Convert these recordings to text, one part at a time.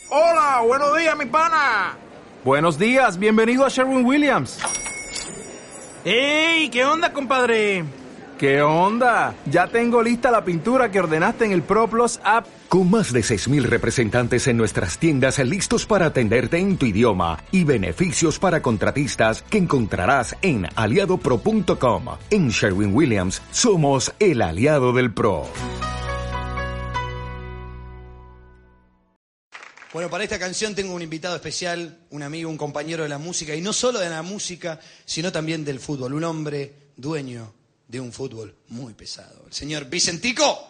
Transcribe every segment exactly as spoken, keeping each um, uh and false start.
Hola, buenos días, mi pana. Buenos días, bienvenido a Sherwin-Williams. ¡Ey! ¿Qué onda, compadre? ¿Qué onda? Ya tengo lista la pintura que ordenaste en el ProPlus app. Con más de seis mil representantes en nuestras tiendas listos para atenderte en tu idioma y beneficios para contratistas que encontrarás en aliado pro punto com. En Sherwin-Williams somos el aliado del pro. Bueno, para esta canción tengo un invitado especial, un amigo, un compañero de la música, y no solo de la música, sino también del fútbol, un hombre dueño de un fútbol muy pesado, el señor Vicentico.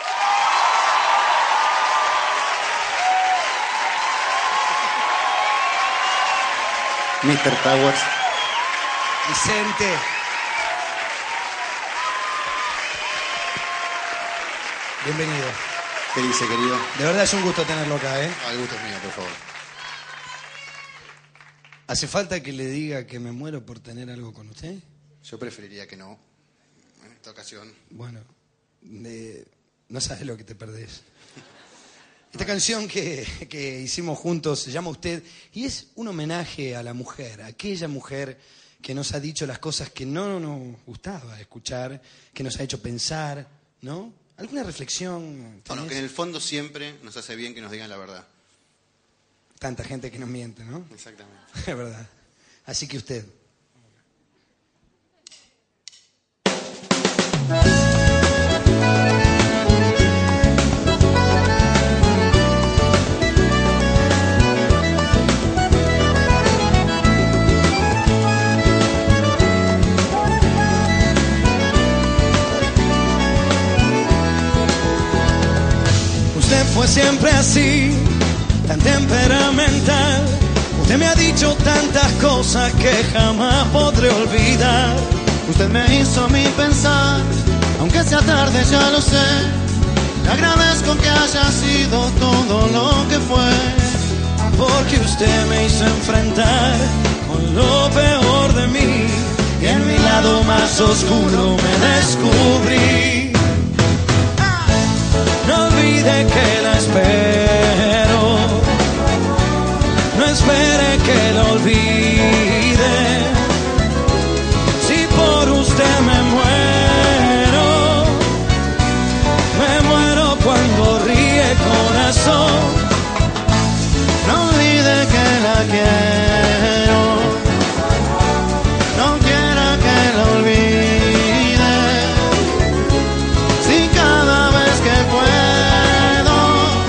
mister Towers. Vicente. Bienvenido. ¿Qué dice, querido? De verdad es un gusto tenerlo acá, ¿eh? Ah, el gusto es mío, por favor. ¿Hace falta que le diga que me muero por tener algo con usted? Yo preferiría que no, en esta ocasión. Bueno, de... no sabes lo que te perdés. Esta canción que, que hicimos juntos se llama Usted y es un homenaje a la mujer, a aquella mujer que nos ha dicho las cosas que no nos gustaba escuchar, que nos ha hecho pensar, ¿no? ¿Alguna reflexión? Bueno, que en el fondo siempre nos hace bien que nos digan la verdad. Tanta gente que nos miente, ¿no? Exactamente. Es verdad. Así que usted. Usted fue siempre así, tan temperamental. Usted me ha dicho tantas cosas que jamás podré olvidar. Usted me hizo a mí pensar, aunque sea tarde ya lo sé. Le agradezco que haya sido todo lo que fue, porque usted me hizo enfrentar con lo peor de mí y en mi lado más oscuro me descubrí. No olvide que la espero, no espere que la olvide. Si por usted me muero, me muero cuando ríe corazón. no olvide que la quiero, no quiera que la olvide. Si cada vez que puedo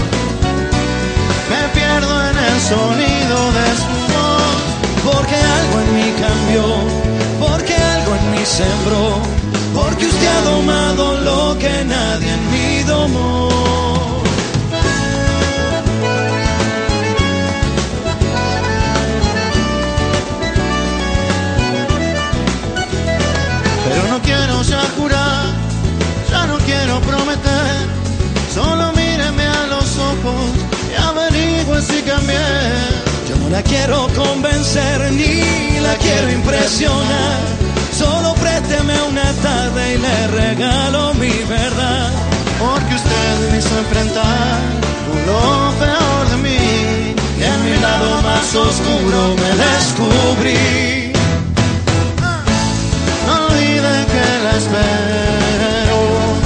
me pierdo en el sonido de su voz, porque algo en mí cambió, porque algo en mí sembró, porque usted ha domado lo que nadie en mí domó. pero no quiero ya jurar, ya no quiero prometer. Solo míreme a los ojos y averigüe si cambié. Yo no la quiero convencer ni la quiero impresionar. Solo présteme una tarde y le regalo mi verdad. Porque usted me hizo enfrentar con lo peor de mí Y en mi lado más oscuro me descubrí. no olvide que la espero,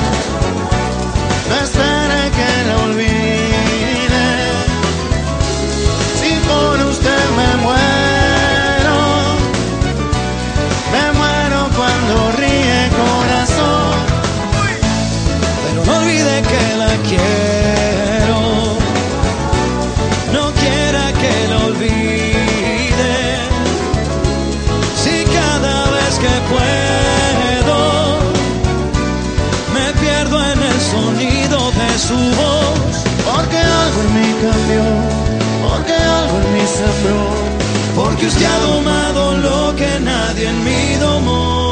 no espere que la olvide. Si por usted me muero, me muero cuando ríe corazón. Pero no olvide que la quiero, no quiera que la olvide. Si cada vez que puedo me pierdo en el sonido de su voz, Porque algo en mí cambió, porque algo en mí sembró, porque usted ha domado lo que nadie en mí domó.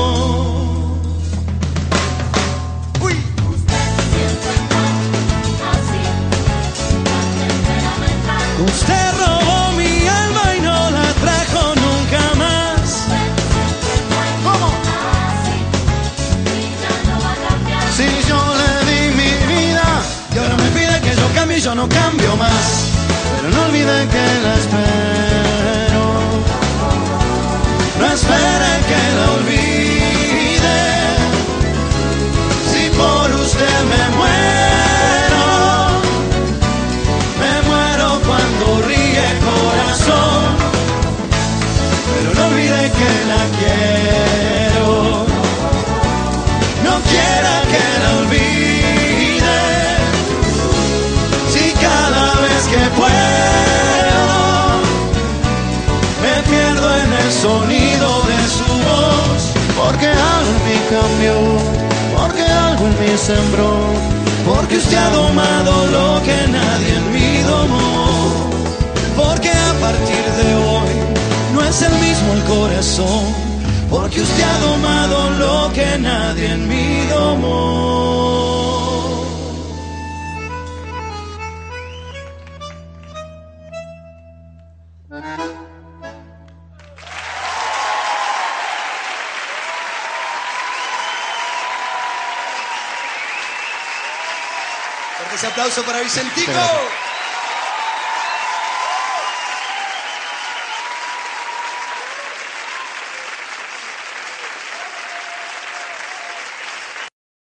Usted robó mi alma y no la trajo nunca más. ¿Cómo? Si yo le di mi vida Y ahora me pide que yo cambie y yo no cambio más. Pero no olvide sonido de su voz, porque algo en mí cambió, porque algo en mí sembró, porque usted ha domado lo que nadie en mí domó, porque a partir de hoy no es el mismo el corazón, porque usted ha domado lo que nadie en mí domó. Fuerte ese aplauso para Vicentico.